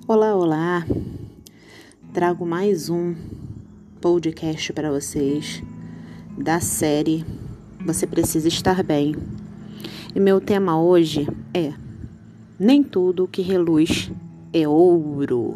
Olá, olá! Trago mais um podcast para vocês da série Você Precisa Estar Bem. E meu tema hoje é: nem tudo que reluz é ouro.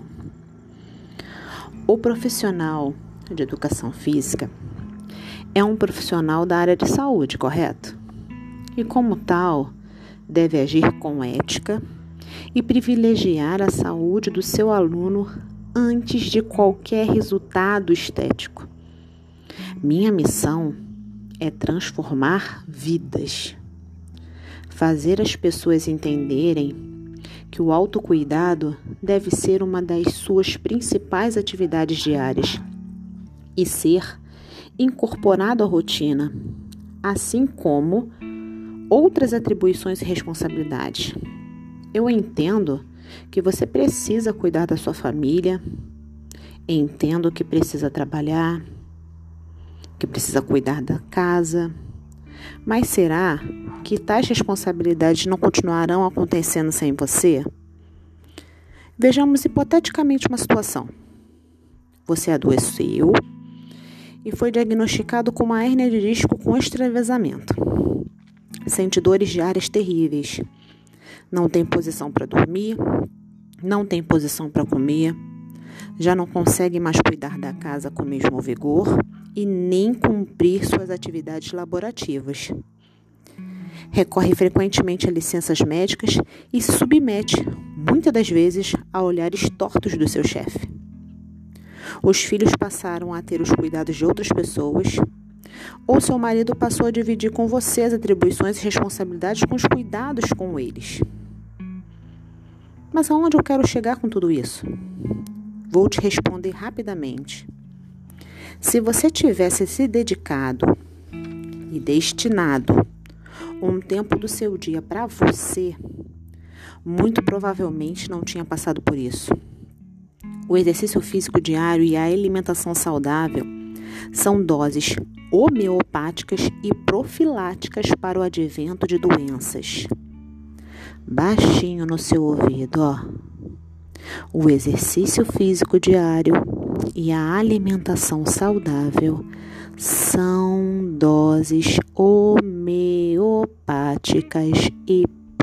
O profissional de educação física é um profissional da área de saúde, correto? E como tal, deve agir com ética e privilegiar a saúde do seu aluno antes de qualquer resultado estético. Minha missão é transformar vidas, fazer as pessoas entenderem que o autocuidado deve ser uma das suas principais atividades diárias e ser incorporado à rotina, assim como outras atribuições e responsabilidades. Eu entendo que você precisa cuidar da sua família, entendo que precisa trabalhar, que precisa cuidar da casa, mas será que tais responsabilidades não continuarão acontecendo sem você? Vejamos hipoteticamente uma situação. Você adoeceu e foi diagnosticado com uma hérnia de disco com extravasamento. Sente dores diárias terríveis. Não tem posição para dormir, não tem posição para comer, já não consegue mais cuidar da casa com o mesmo vigor e nem cumprir suas atividades laborativas. Recorre frequentemente a licenças médicas e se submete, muitas das vezes, a olhares tortos do seu chefe. Os filhos passaram a ter os cuidados de outras pessoas, ou seu marido passou a dividir com você as atribuições e responsabilidades com os cuidados com eles. Mas aonde eu quero chegar com tudo isso? Vou te responder rapidamente. Se você tivesse se dedicado e destinado um tempo do seu dia para você, muito provavelmente não tinha passado por isso. O exercício físico diário e a alimentação saudável são doses homeopáticas e profiláticas para o advento de doenças. Baixinho no seu ouvido, ó. O exercício físico diário e a alimentação saudável são doses homeopáticas e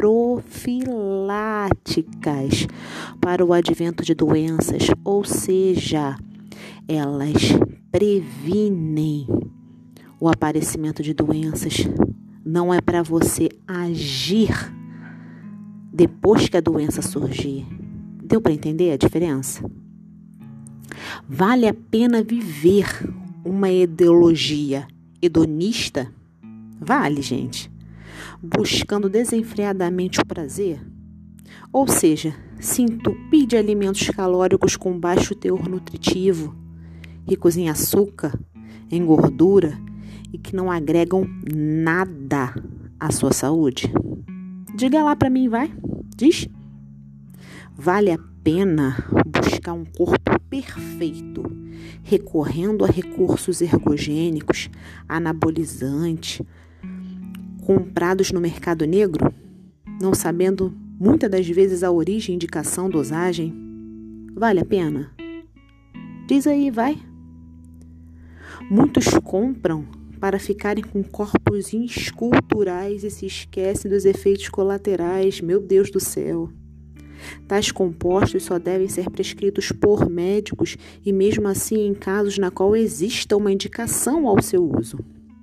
profiláticas para o advento de doenças, ou seja, elas previnem o aparecimento de doenças. Não é para você agir depois que a doença surgir. Deu para entender a diferença? Vale a pena viver uma ideologia hedonista? Vale, gente. Buscando desenfreadamente o prazer? Ou seja, se entupir de alimentos calóricos com baixo teor nutritivo, ricos em açúcar, em gordura e que não agregam nada à sua saúde? Diga lá para mim, vai. Diz. Vale a pena buscar um corpo perfeito, recorrendo a recursos ergogênicos, anabolizantes, comprados no mercado negro, não sabendo muitas das vezes a origem, indicação, dosagem? Vale a pena? Diz aí, vai. Muitos compram para ficarem com corpos esculturais e se esquecem dos efeitos colaterais. Meu Deus do céu! Tais compostos só devem ser prescritos por médicos e mesmo assim em casos na qual exista uma indicação ao seu uso.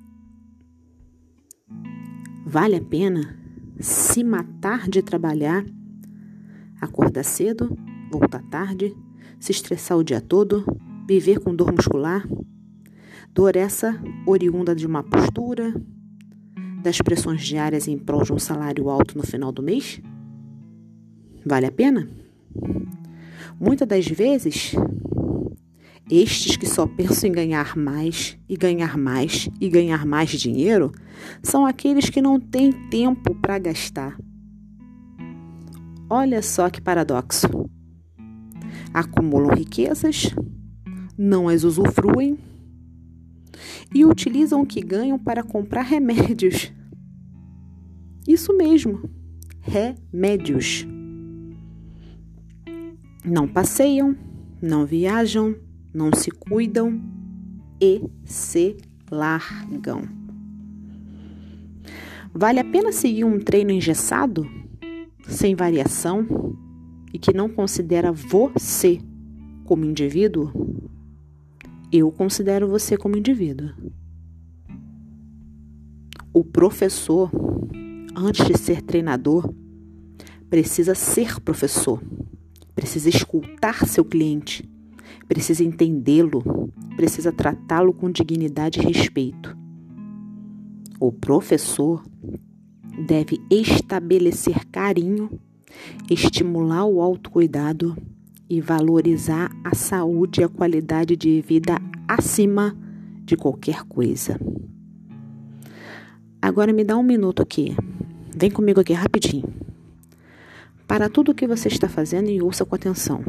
Vale a pena se matar de trabalhar, acordar cedo, voltar tarde, se estressar o dia todo, viver com dor muscular? Dor essa oriunda de uma postura, das pressões diárias em prol de um salário alto no final do mês? Vale a pena? Muitas das vezes, estes que só pensam em ganhar mais e ganhar mais e ganhar mais dinheiro são aqueles que não têm tempo para gastar. Olha só que paradoxo. Acumulam riquezas, não as usufruem e utilizam o que ganham para comprar remédios. Isso mesmo, remédios. Não passeiam, não viajam, não se cuidam e se largam. Vale a pena seguir um treino engessado, sem variação e que não considera você como indivíduo? Eu considero você como indivíduo. O professor, antes de ser treinador, precisa ser professor, precisa escutar seu cliente, precisa entendê-lo, precisa tratá-lo com dignidade e respeito. O professor deve estabelecer carinho, estimular o autocuidado e valorizar a saúde e a qualidade de vida acima de qualquer coisa. Agora me dá um minuto aqui. Vem comigo aqui rapidinho. Para tudo o que você está fazendo e ouça com atenção.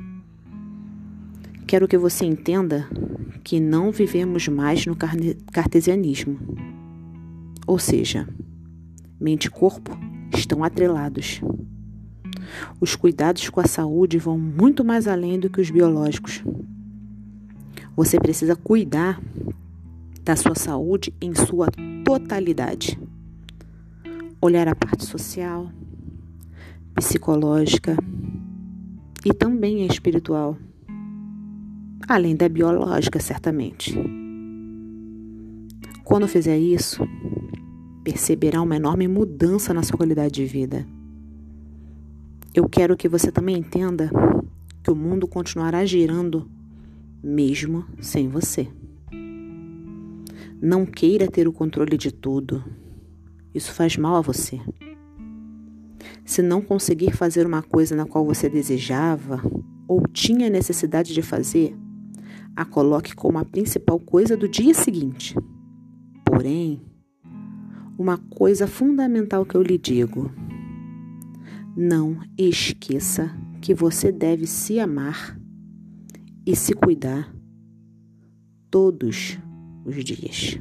Quero que você entenda que não vivemos mais no cartesianismo. Ou seja, mente e corpo estão atrelados. Os cuidados com a saúde vão muito mais além do que os biológicos. Você precisa cuidar da sua saúde em sua totalidade. Olhar a parte social, psicológica e também a espiritual, além da biológica, certamente. Quando fizer isso, perceberá uma enorme mudança na sua qualidade de vida. Eu quero que você também entenda que o mundo continuará girando mesmo sem você. Não queira ter o controle de tudo. Isso faz mal a você. Se não conseguir fazer uma coisa na qual você desejava ou tinha necessidade de fazer, a coloque como a principal coisa do dia seguinte. Porém, uma coisa fundamental que eu lhe digo: não esqueça que você deve se amar e se cuidar todos os dias.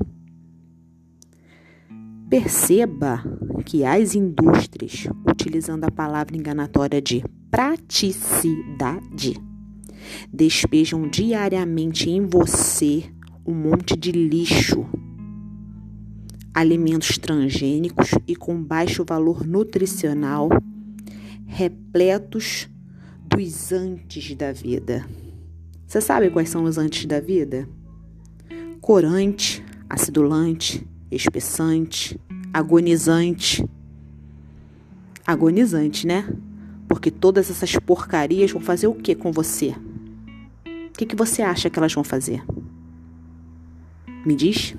Perceba que as indústrias, utilizando a palavra enganatória de praticidade, despejam diariamente em você um monte de lixo, alimentos transgênicos e com baixo valor nutricional, repletos dos antes da vida. Você sabe quais são os antes da vida? Corante, acidulante, espessante, agonizante. Agonizante, né? Porque todas essas porcarias vão fazer o que com você? O que você acha que elas vão fazer? Me diz?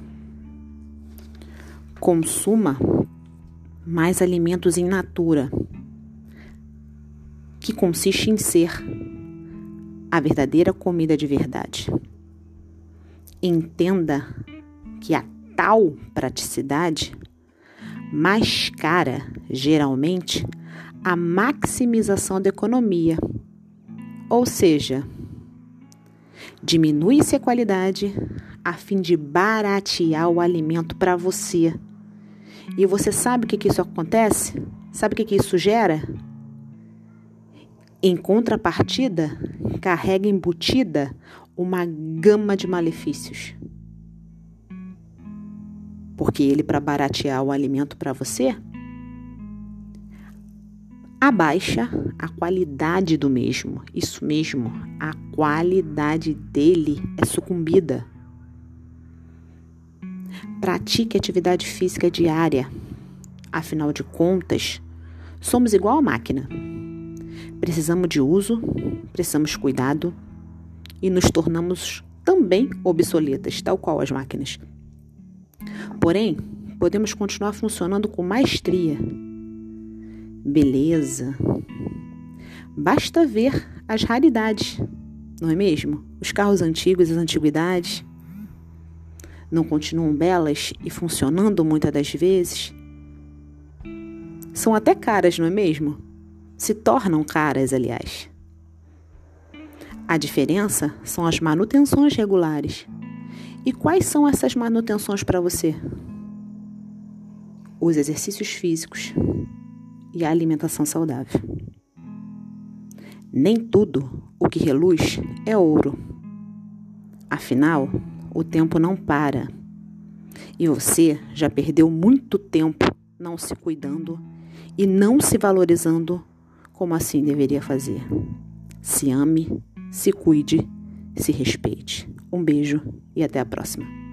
Consuma mais alimentos in natura, que consiste em ser a verdadeira comida de verdade. Entenda que a tal praticidade mascara, geralmente, a maximização da economia. Ou seja, diminui-se a qualidade a fim de baratear o alimento para você. E você sabe o que isso acontece? Sabe o que isso gera? Em contrapartida, carrega embutida uma gama de malefícios. Porque ele, para baratear o alimento para você, abaixa a qualidade do mesmo. Isso mesmo, a qualidade dele é sucumbida. Pratique atividade física diária. Afinal de contas, somos igual a máquina. Precisamos de uso, precisamos de cuidado e nos tornamos também obsoletas, tal qual as máquinas. Porém, podemos continuar funcionando com maestria. Beleza. Basta ver as raridades, não é mesmo? Os carros antigos e as antiguidades não continuam belas e funcionando muitas das vezes? São até caras, não é mesmo? Se tornam caras, aliás. A diferença são as manutenções regulares. E quais são essas manutenções para você? Os exercícios físicos e a alimentação saudável. Nem tudo o que reluz é ouro. Afinal, o tempo não para. E você já perdeu muito tempo não se cuidando e não se valorizando como assim deveria fazer. Se ame, se cuide, se respeite. Um beijo e até a próxima.